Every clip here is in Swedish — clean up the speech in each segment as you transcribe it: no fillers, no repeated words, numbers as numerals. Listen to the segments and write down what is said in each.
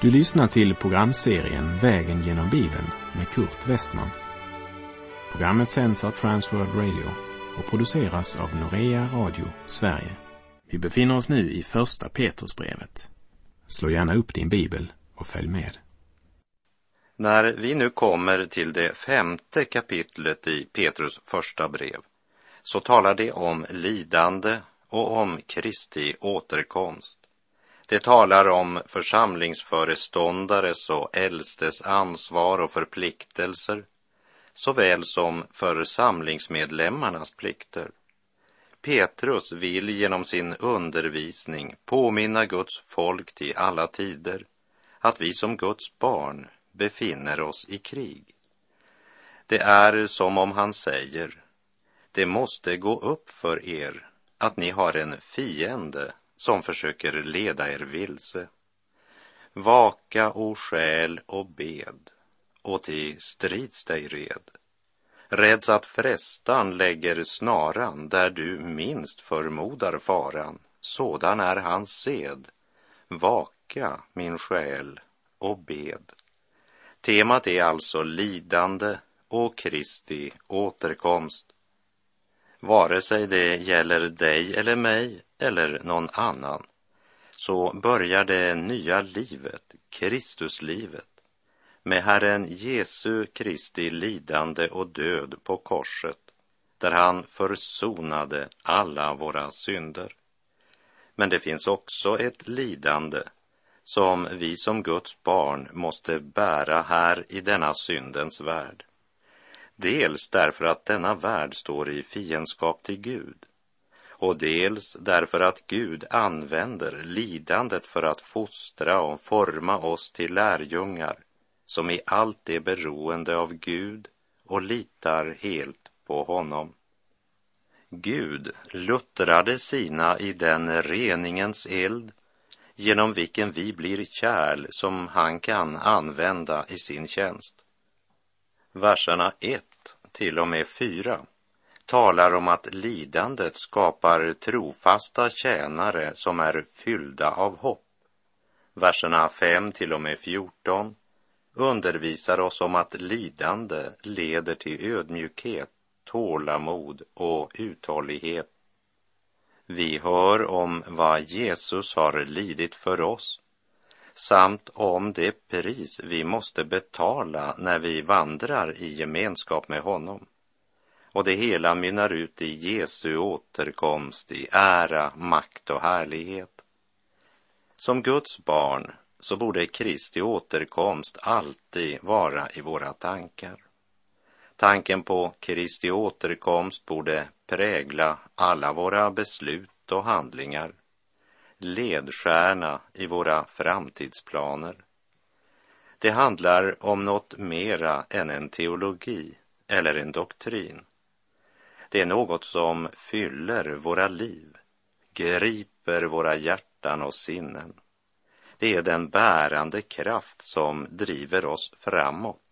Du lyssnar till programserien Vägen genom Bibeln med Kurt Westman. Programmet sänds av Transworld Radio och produceras av Norea Radio Sverige. Vi befinner oss nu i första Petrusbrevet. Slå gärna upp din bibel och följ med. När vi nu kommer till det 5:e kapitlet i Petrus första brev så talar det om lidande och om Kristi återkomst. Det talar om församlingsföreståndares och äldstes ansvar och förpliktelser, såväl som församlingsmedlemmarnas plikter. Petrus vill genom sin undervisning påminna Guds folk till alla tider att vi som Guds barn befinner oss i krig. Det är som om han säger: det måste gå upp för er att ni har en fiende som försöker leda er vilse. Vaka och skäl och bed, och till strids dig red. Räds att frestan lägger snaran där du minst förmodar faran. Sådan är hans sed. Vaka, min själ, och bed. Temat är alltså lidande och Kristi återkomst. Vare sig det gäller dig eller mig eller någon annan, så börjar det nya livet, Kristuslivet, med Herren Jesu Kristi lidande och död på korset, där han försonade alla våra synder. Men det finns också ett lidande som vi som Guds barn måste bära här i denna syndens värld. Dels därför att denna värld står i fiendskap till Gud, och dels därför att Gud använder lidandet för att fostra och forma oss till lärjungar som i allt är beroende av Gud och litar helt på honom. Gud luttrade sina i den reningens eld genom vilken vi blir kärl som han kan använda i sin tjänst. Verserna 1 till och med 4 talar om att lidandet skapar trofasta tjänare som är fyllda av hopp. Verserna 5 till och med 14 undervisar oss om att lidande leder till ödmjukhet, tålamod och uthållighet. Vi hör om vad Jesus har lidit för oss, samt om det pris vi måste betala när vi vandrar i gemenskap med honom. Och det hela mynnar ut i Jesu återkomst i ära, makt och härlighet. Som Guds barn så borde Kristi återkomst alltid vara i våra tankar. Tanken på Kristi återkomst borde prägla alla våra beslut och handlingar, ledstjärna i våra framtidsplaner. Det handlar om något mera än en teologi eller en doktrin. Det är något som fyller våra liv, griper våra hjärtan och sinnen. Det är den bärande kraft som driver oss framåt.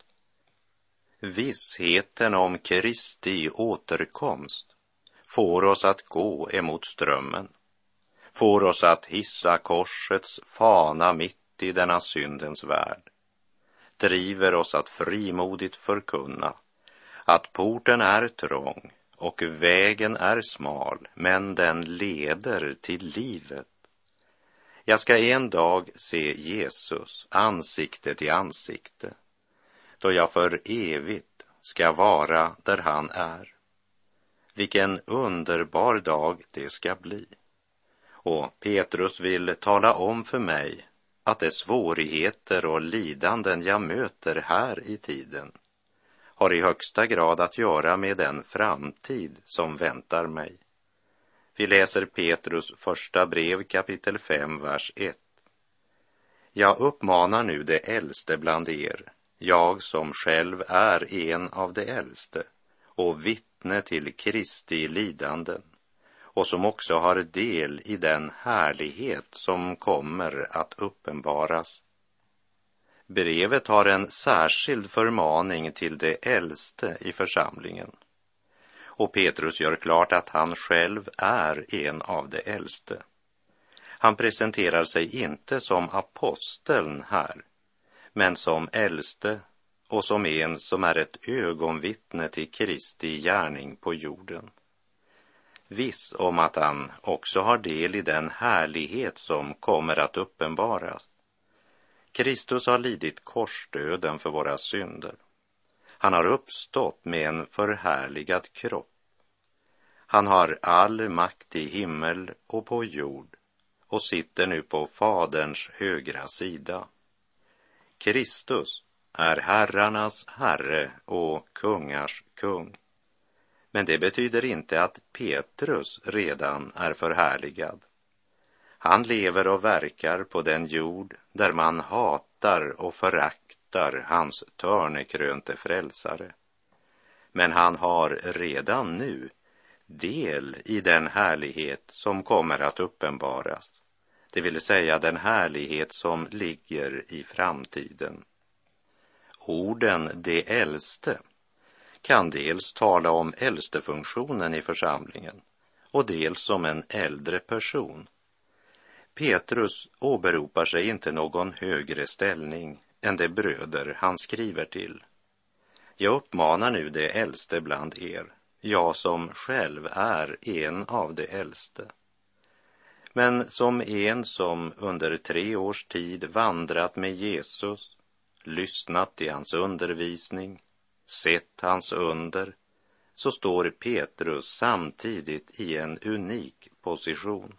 Vissheten om Kristi återkomst får oss att gå emot strömmen, får oss att hissa korsets fana mitt i denna syndens värld, driver oss att frimodigt förkunna att porten är trång och vägen är smal, men den leder till livet. Jag ska en dag se Jesus ansikte till ansikte, då jag för evigt ska vara där han är. Vilken underbar dag det ska bli. Och Petrus vill tala om för mig att de svårigheter och lidanden jag möter här i tiden har i högsta grad att göra med den framtid som väntar mig. Vi läser Petrus första brev kapitel 5, vers 1. Jag uppmanar nu de äldste bland er, jag som själv är en av de äldste och vittne till Kristi lidanden, och som också har del i den härlighet som kommer att uppenbaras. Brevet har en särskild förmaning till de äldste i församlingen. Och Petrus gör klart att han själv är en av de äldste. Han presenterar sig inte som aposteln här, men som äldste och som en som är ett ögonvittne till Kristi gärning på jorden. Viss om att han också har del i den härlighet som kommer att uppenbaras. Kristus har lidit korsdöden för våra synder. Han har uppstått med en förhärligad kropp. Han har all makt i himmel och på jord och sitter nu på Faderns högra sida. Kristus är herrarnas herre och kungars kung. Men det betyder inte att Petrus redan är förhärligad. Han lever och verkar på den jord där man hatar och föraktar hans törnekrönte frälsare. Men han har redan nu del i den härlighet som kommer att uppenbaras, det vill säga den härlighet som ligger i framtiden. Orden "det äldste" kan dels tala om äldstefunktionen i församlingen och dels om en äldre person. Petrus åberopar sig inte någon högre ställning än de bröder han skriver till. Jag uppmanar nu det äldste bland er, jag som själv är en av de äldste. Men som en som under 3 års tid vandrat med Jesus, lyssnat till hans undervisning, sett hans under, så står Petrus samtidigt i en unik position.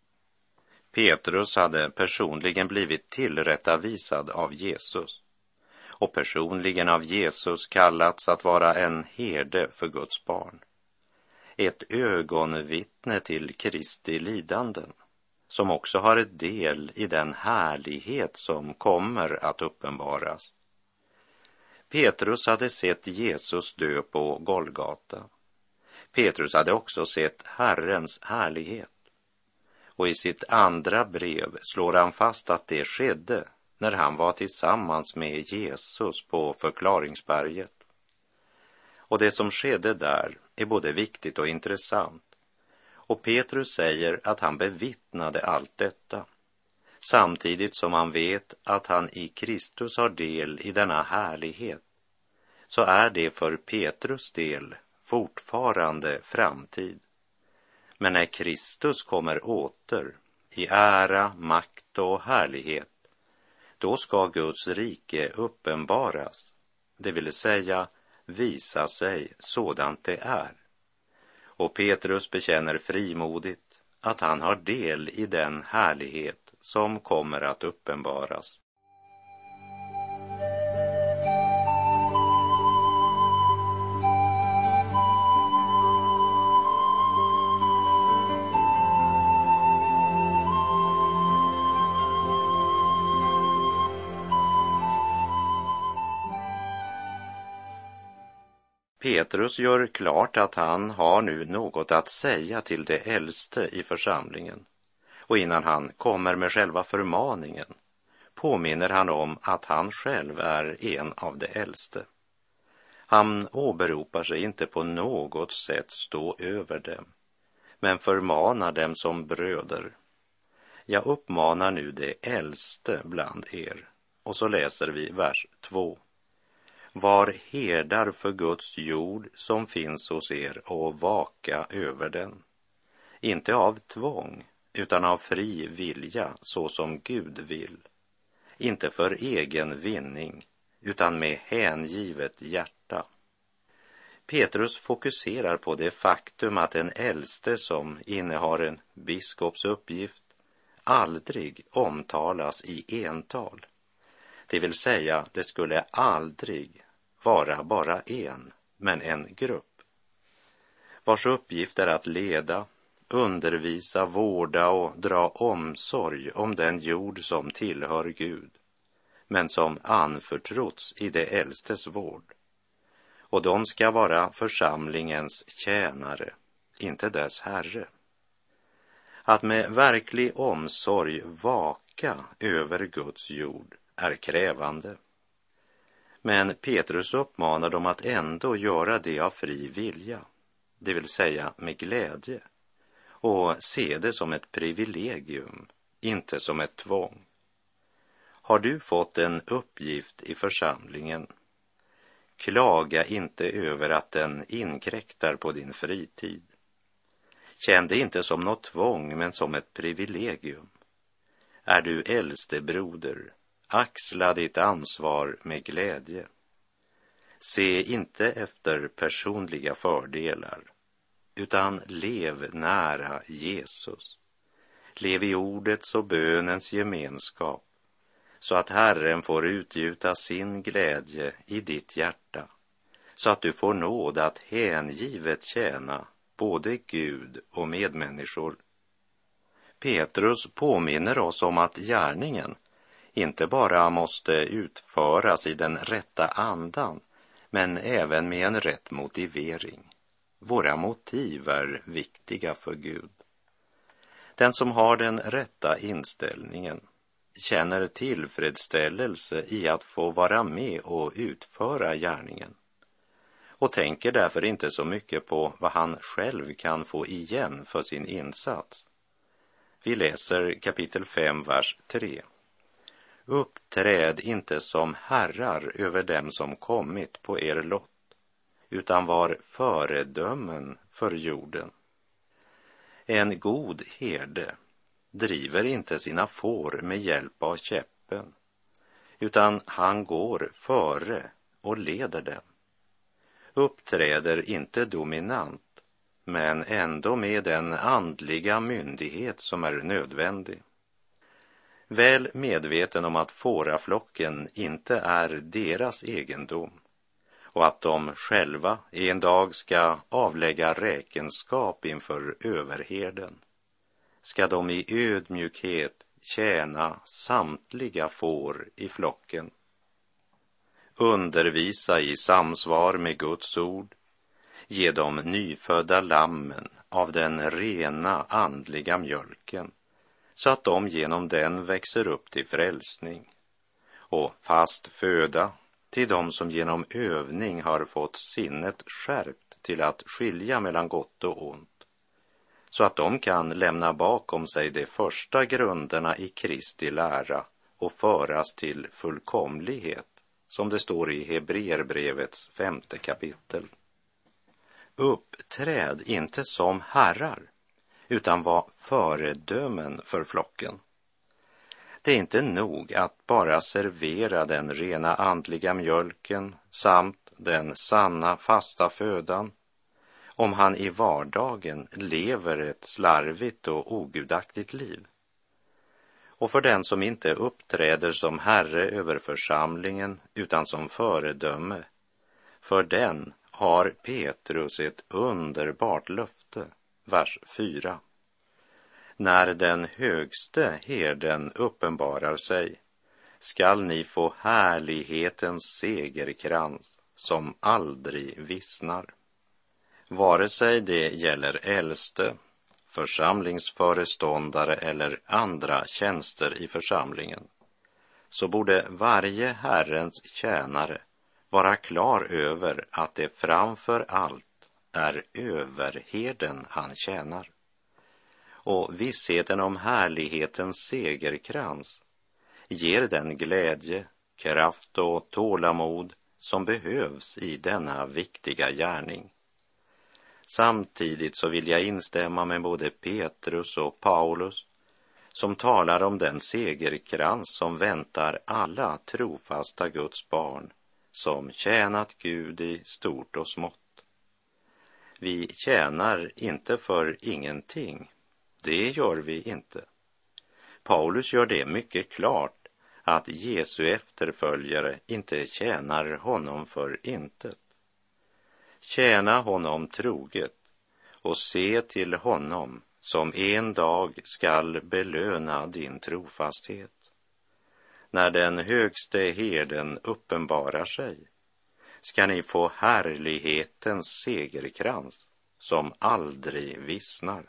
Petrus hade personligen blivit tillrättavisad av Jesus och personligen av Jesus kallats att vara en herde för Guds barn. Ett ögonvittne till Kristi lidanden, som också har ett del i den härlighet som kommer att uppenbaras. Petrus hade sett Jesus dö på Golgata. Petrus hade också sett Herrens härlighet. Och i sitt andra brev slår han fast att det skedde när han var tillsammans med Jesus på förklaringsberget. Och det som skedde där är både viktigt och intressant. Och Petrus säger att han bevittnade allt detta, samtidigt som han vet att han i Kristus har del i denna härlighet. Så är det för Petrus del fortfarande framtid. Men när Kristus kommer åter i ära, makt och härlighet, då ska Guds rike uppenbaras, det vill säga visa sig sådant det är. Och Petrus bekänner frimodigt att han har del i den härlighet som kommer att uppenbaras. Petrus gör klart att han har nu något att säga till det äldste i församlingen. Och innan han kommer med själva förmaningen påminner han om att han själv är en av de äldste. Han åberopar sig inte på något sätt stå över dem, men förmanar dem som bröder. Jag uppmanar nu det äldste bland er. Och så läser vi vers 2. Var herdar för Guds jord som finns hos er och vaka över den. Inte av tvång, utan av fri vilja, så som Gud vill. Inte för egen vinning, utan med hängivet hjärta. Petrus fokuserar på det faktum att en äldste som innehar en biskops uppgift aldrig omtalas i ental. Det vill säga, det skulle aldrig vara bara en, men en grupp, vars uppgift är att leda, undervisa, vårda och dra omsorg om den jord som tillhör Gud, men som anförtrotts i det äldstes vård. Och de ska vara församlingens tjänare, inte dess herre. Att med verklig omsorg vaka över Guds jord är krävande. Men Petrus uppmanar dem att ändå göra det av fri vilja, det vill säga med glädje, och se det som ett privilegium, inte som ett tvång. Har du fått en uppgift i församlingen? Klaga inte över att den inkräktar på din fritid. Känn det inte som något tvång, men som ett privilegium. Är du äldste broder, axla ditt ansvar med glädje. Se inte efter personliga fördelar, utan lev nära Jesus. Lev i ordets och bönens gemenskap, så att Herren får utgjuta sin glädje i ditt hjärta, så att du får nåd att hängivet tjäna både Gud och medmänniskor. Petrus påminner oss om att gärningen inte bara måste utföras i den rätta andan, men även med en rätt motivering. Våra motiv är viktiga för Gud. Den som har den rätta inställningen känner tillfredsställelse i att få vara med och utföra gärningen, och tänker därför inte så mycket på vad han själv kan få igen för sin insats. Vi läser kapitel 5, vers 3. Uppträd inte som herrar över dem som kommit på er lott, utan var föredömen för jorden. En god herde driver inte sina får med hjälp av käppen, utan han går före och leder dem. Uppträder inte dominant, men ändå med den andliga myndighet som är nödvändig. Väl medveten om att fåraflocken inte är deras egendom och att de själva en dag ska avlägga räkenskap inför överherden, ska de i ödmjukhet tjäna samtliga får i flocken. Undervisa i samsvar med Guds ord, ge de nyfödda lammen av den rena andliga mjölken, så att de genom den växer upp till frälsning, och fast föda till dem som genom övning har fått sinnet skärpt till att skilja mellan gott och ont, så att de kan lämna bakom sig de första grunderna i Kristi lära och föras till fullkomlighet, som det står i Hebreerbrevets 5:e kapitel. Uppträd inte som herrar, utan var föredömen för flocken. Det är inte nog att bara servera den rena andliga mjölken samt den sanna fasta födan, om han i vardagen lever ett slarvigt och ogudaktigt liv. Och för den som inte uppträder som herre över församlingen utan som föredöme, för den har Petrus ett underbart löfte, vers 4. När den högste herden uppenbarar sig, skall ni få härlighetens segerkrans som aldrig vissnar. Vare sig det gäller äldste, församlingsföreståndare eller andra tjänster i församlingen, så borde varje Herrens tjänare vara klar över att det framför allt är överherden han tjänar. Och vissheten om härlighetens segerkrans ger den glädje, kraft och tålamod som behövs i denna viktiga gärning. Samtidigt så vill jag instämma med både Petrus och Paulus, som talar om den segerkrans som väntar alla trofasta Guds barn som tjänat Gud i stort och smått. Vi tjänar inte för ingenting, det gör vi inte. Paulus gör det mycket klart att Jesu efterföljare inte tjänar honom för intet. Tjäna honom troget och se till honom som en dag skall belöna din trofasthet. När den högste herden uppenbarar sig, ska ni få härlighetens segerkrans som aldrig vissnar.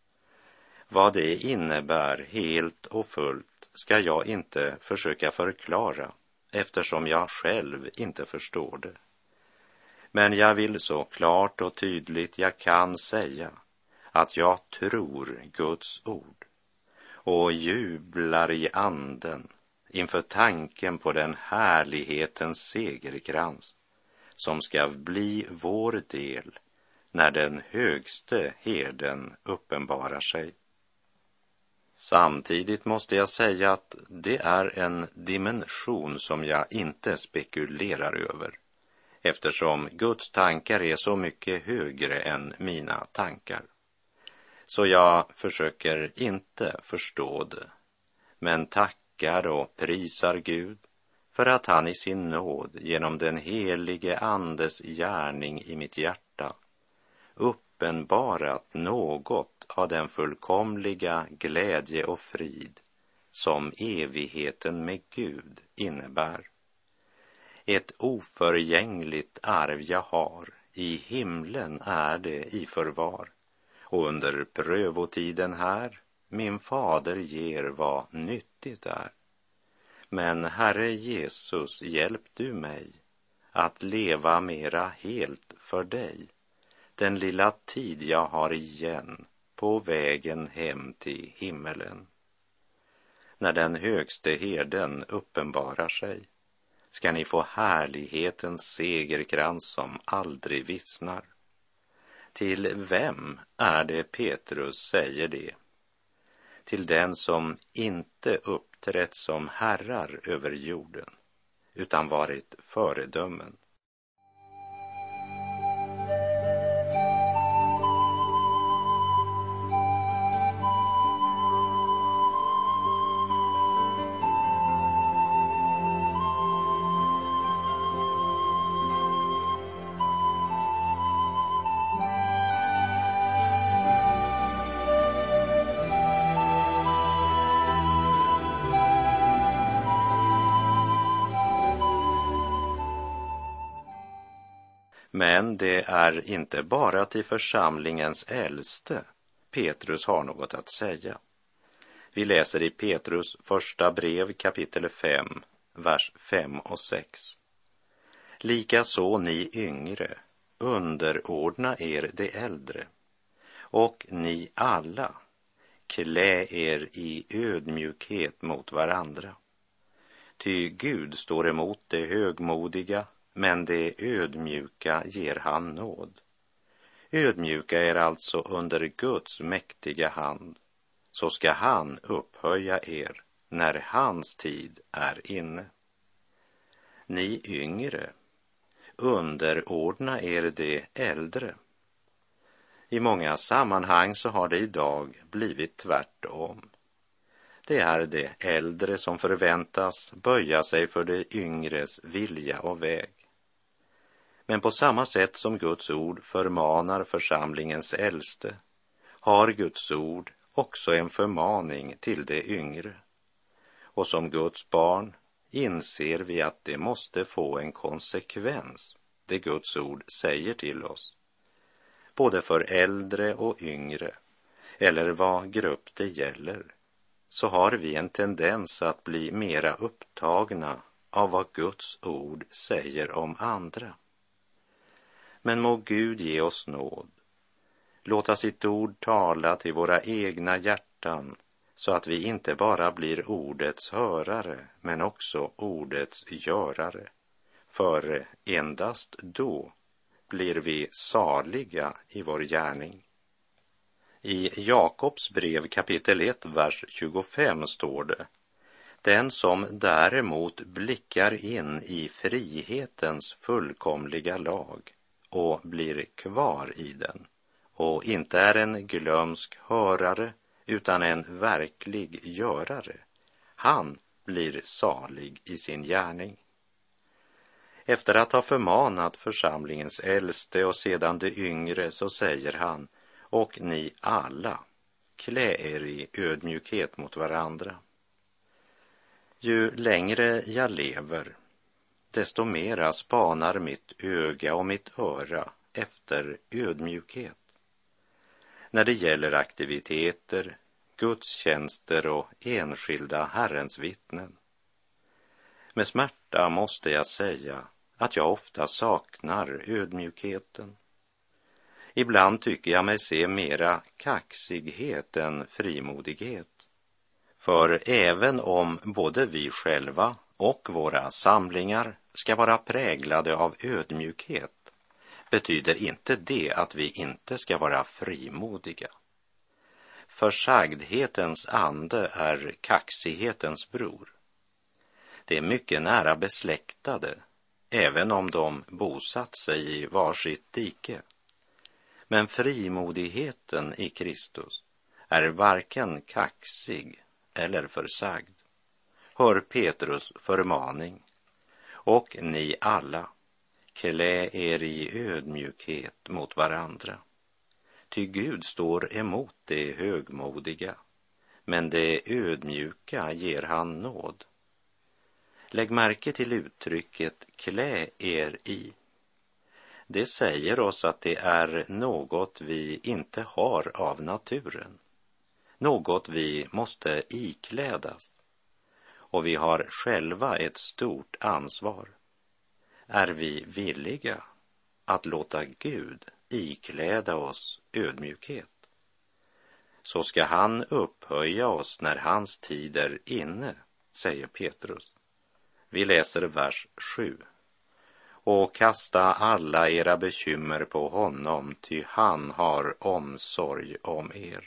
Vad det innebär helt och fullt ska jag inte försöka förklara, eftersom jag själv inte förstår det. Men jag vill så klart och tydligt jag kan säga att jag tror Guds ord och jublar i anden inför tanken på den härlighetens segerkrans som ska bli vår del när den högste herden uppenbarar sig. Samtidigt måste jag säga att det är en dimension som jag inte spekulerar över, eftersom Guds tankar är så mycket högre än mina tankar. Så jag försöker inte förstå det, men tackar och prisar Gud för att han i sin nåd genom den helige Andes gärning i mitt hjärta uppenbarat något av den fullkomliga glädje och frid som evigheten med Gud innebär. Ett oförgängligt arv jag har, i himlen är det i förvar, och under prövotiden här min fader ger vad nyttigt är. Men Herre Jesus, hjälp du mig att leva mera helt för dig den lilla tid jag har igen på vägen hem till himmelen. När den högste herden uppenbarar sig ska ni få härlighetens segerkrans som aldrig vissnar. Till vem är det Petrus säger det? Till den som inte uppträtt som herrar över jorden, utan varit föredömen. Men det är inte bara till församlingens äldste Petrus har något att säga. Vi läser i Petrus första brev kapitel 5, vers 5 och 6. Likaså ni yngre, underordna er de äldre, och ni alla, klä er i ödmjukhet mot varandra. Ty Gud står emot det högmodiga, men det ödmjuka ger han nåd. Ödmjuka er alltså under Guds mäktiga hand, så ska han upphöja er när hans tid är inne. Ni yngre, underordna er de äldre. I många sammanhang så har det idag blivit tvärtom. Det är de äldre som förväntas böja sig för de yngres vilja och väg. Men på samma sätt som Guds ord förmanar församlingens äldste har Guds ord också en förmaning till de yngre. Och som Guds barn inser vi att det måste få en konsekvens, det Guds ord säger till oss. Både för äldre och yngre, eller vad grupp det gäller, så har vi en tendens att bli mera upptagna av vad Guds ord säger om andra. Men må Gud ge oss nåd, låta sitt ord tala till våra egna hjärtan, så att vi inte bara blir ordets hörare, men också ordets görare. För endast då blir vi saliga i vår gärning. I Jakobs brev kapitel 1, vers 25 står det: den som däremot blickar in i frihetens fullkomliga lag och blir kvar i den, och inte är en glömsk hörare utan en verklig görare, han blir salig i sin gärning. Efter att ha förmanat församlingens äldste och sedan de yngre, så säger han: och ni alla, klä er i ödmjukhet mot varandra. Ju längre jag lever, desto mera spanar mitt öga och mitt öra efter ödmjukhet. När det gäller aktiviteter, gudstjänster och enskilda Herrens vittnen. Med smärta måste jag säga att jag ofta saknar ödmjukheten. Ibland tycker jag mig se mera kaxighet än frimodighet. För även om både vi själva och våra samlingar ska vara präglade av ödmjukhet, betyder inte det att vi inte ska vara frimodiga. Försagdhetens ande är kaxighetens bror. Det är mycket nära besläktade, även om de bosatt sig i varsitt dike. Men frimodigheten i Kristus är varken kaxig eller försagd. Hör Petrus förmaning: och ni alla, klä er i ödmjukhet mot varandra. Ty Gud står emot det högmodiga, men det ödmjuka ger han nåd. Lägg märke till uttrycket klä er i. Det säger oss att det är något vi inte har av naturen, något vi måste iklädas. Och vi har själva ett stort ansvar. Är vi villiga att låta Gud ikläda oss ödmjukhet, så ska han upphöja oss när hans tid är inne, säger Petrus. Vi läser vers 7. Och kasta alla era bekymmer på honom, ty han har omsorg om er.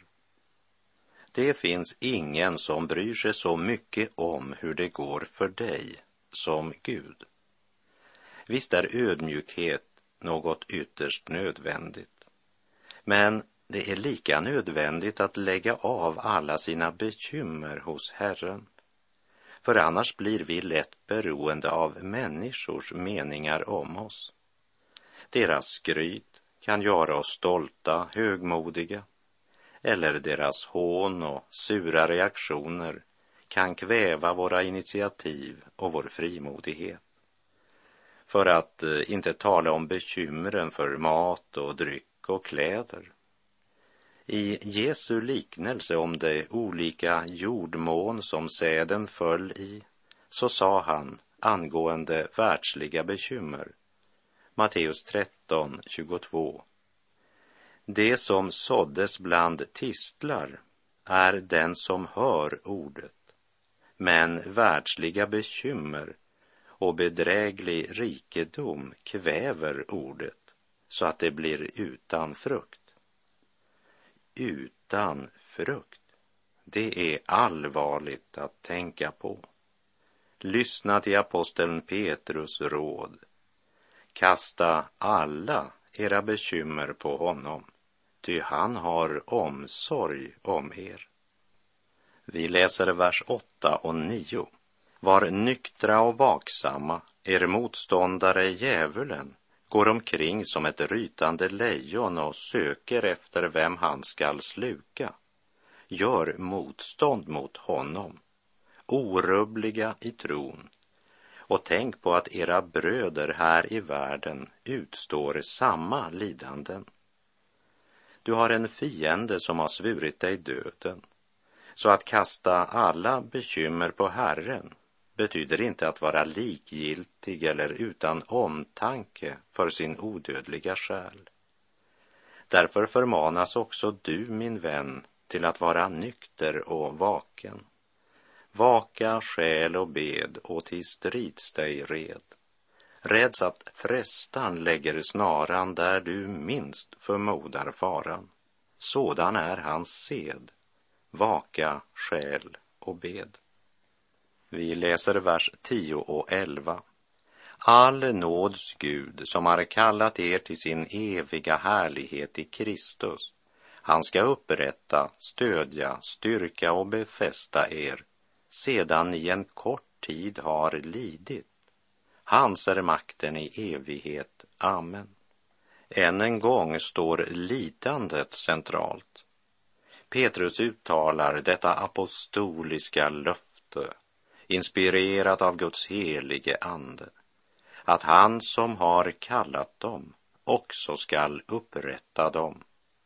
Det finns ingen som bryr sig så mycket om hur det går för dig som Gud. Visst är ödmjukhet något ytterst nödvändigt, men det är lika nödvändigt att lägga av alla sina bekymmer hos Herren. För annars blir vi lätt beroende av människors meningar om oss. Deras skryt kan göra oss stolta, högmodiga, eller deras hån och sura reaktioner kan kväva våra initiativ och vår frimodighet. För att inte tala om bekymren för mat och dryck och kläder. I Jesu liknelse om de olika jordmån som säden föll i, så sa han angående världsliga bekymmer. Matteus 13:22. Det som såddes bland tistlar är den som hör ordet, men världsliga bekymmer och bedräglig rikedom kväver ordet så att det blir utan frukt. Utan frukt, det är allvarligt att tänka på. Lyssna till aposteln Petrus råd. Kasta alla era bekymmer på honom, ty han har omsorg om er. Vi läser vers 8 och 9. Var nyktra och vaksamma, er motståndare djävulen går omkring som ett rytande lejon och söker efter vem han skall sluka. Gör motstånd mot honom, orubbliga i tron, och tänk på att era bröder här i världen utstår samma lidanden. Du har en fiende som har svurit dig döden, så att kasta alla bekymmer på Herren betyder inte att vara likgiltig eller utan omtanke för sin odödliga själ. Därför förmanas också du, min vän, till att vara nykter och vaken. Vaka själ och bed och till strids dig red. Räds att frestan lägger snaran där du minst förmodar faran. Sådan är hans sed. Vaka själ och bed. Vi läser vers 10 och 11. All nåds Gud som har kallat er till sin eviga härlighet i Kristus, han ska upprätta, stödja, styrka och befästa er sedan ni en kort tid har lidit. Hans är makten i evighet. Amen. Än en gång står lidandet centralt. Petrus uttalar detta apostoliska löfte, inspirerat av Guds helige ande, att han som har kallat dem också skall upprätta dem.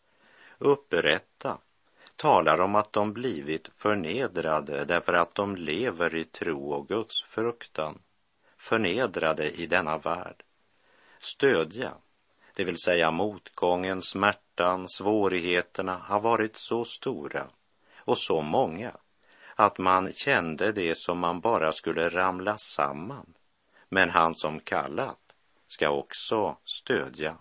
Upprätta talar om att de blivit förnedrade därför att de lever i tro och Guds fruktan, förnedrade i denna värld. Stödja, det vill säga motgången, smärtan, svårigheterna har varit så stora och så många att man kände det som man bara skulle ramla samman. Men han som kallat ska också stödja.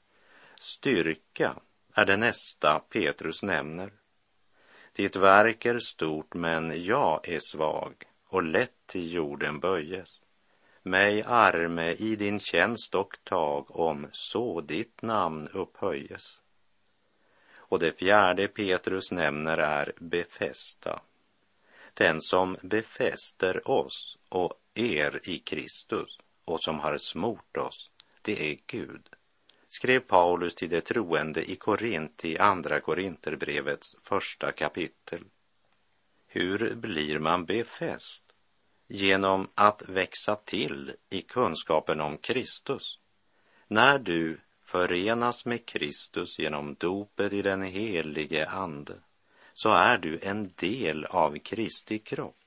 Styrka är det nästa Petrus nämner. Ditt verk är stort, men jag är svag och lätt till jorden böjes. Mig arme i din tjänst och tag, om så ditt namn upphöjes. Och det fjärde Petrus nämner är befästa. Den som befäster oss och er i Kristus och som har smort oss, det är Gud, skrev Paulus till de troende i Korint i andra Korinterbrevets 1 kapitel. Hur blir man befäst? Genom att växa till i kunskapen om Kristus. När du förenas med Kristus genom dopet i den helige ande, så är du en del av Kristi kropp.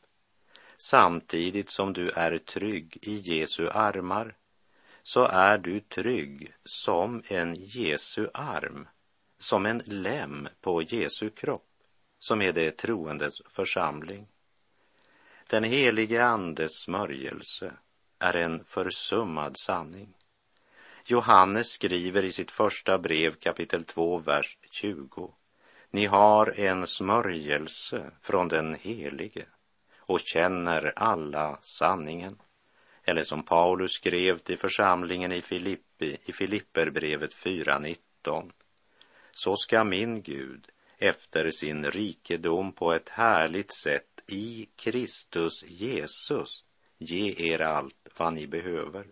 Samtidigt som du är trygg i Jesu armar, så är du trygg som en Jesu arm, som en lem på Jesu kropp, som är det troendes församling. Den helige andes smörjelse är en försummad sanning. Johannes skriver i sitt första brev kapitel 2, vers 20. Ni har en smörjelse från den helige och känner alla sanningen. Eller som Paulus skrev till församlingen i Filippi i Filipperbrevet 4:19. Så ska min Gud efter sin rikedom på ett härligt sätt i Kristus Jesus ge er allt vad ni behöver.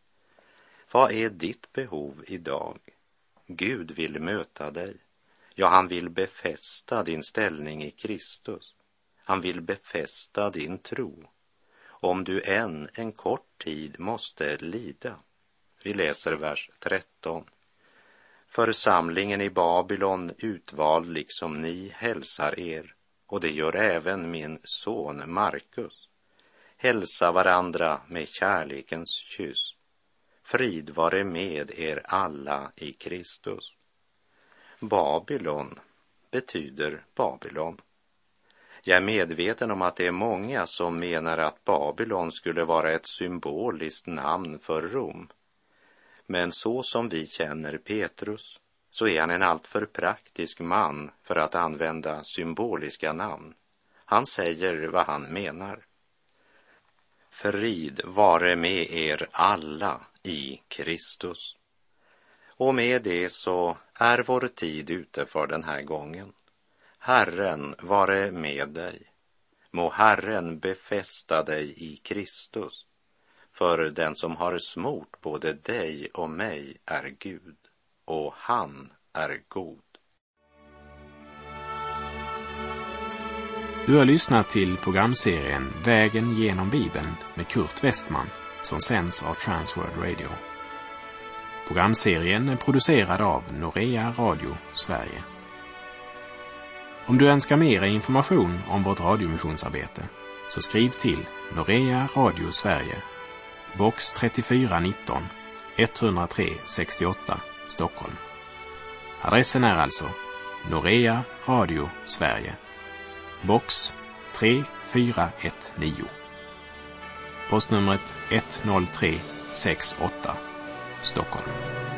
Vad är ditt behov idag? Gud vill möta dig. Ja, han vill befästa din ställning i Kristus. Han vill befästa din tro. Om du än en kort tid måste lida. Vi läser vers 13. Församlingen i Babylon, utvald liksom ni, hälsar er, och det gör även min son Markus. Hälsa varandra med kärlekens kyss. Frid vare med er alla i Kristus. Babylon betyder Babylon. Jag är medveten om att det är många som menar att Babylon skulle vara ett symboliskt namn för Rom. Men så som vi känner Petrus, så är han en alltför praktisk man för att använda symboliska namn. Han säger vad han menar. Frid vare med er alla i Kristus. Och med det så är vår tid ute för den här gången. Herren vare med dig. Må Herren befästa dig i Kristus. För den som har smort både dig och mig är Gud, och han är god. Du har lyssnat till programserien Vägen genom Bibeln med Kurt Westman, som sänds av Transworld Radio. Programserien är producerad av Norea Radio Sverige. Om du önskar mer information om vårt radiomissionsarbete, så skriv till Norea Radio Sverige, box 3419 103 68 Stockholm. Adressen är alltså Norea Radio Sverige, box 3419. Postnumret 10368 Stockholm.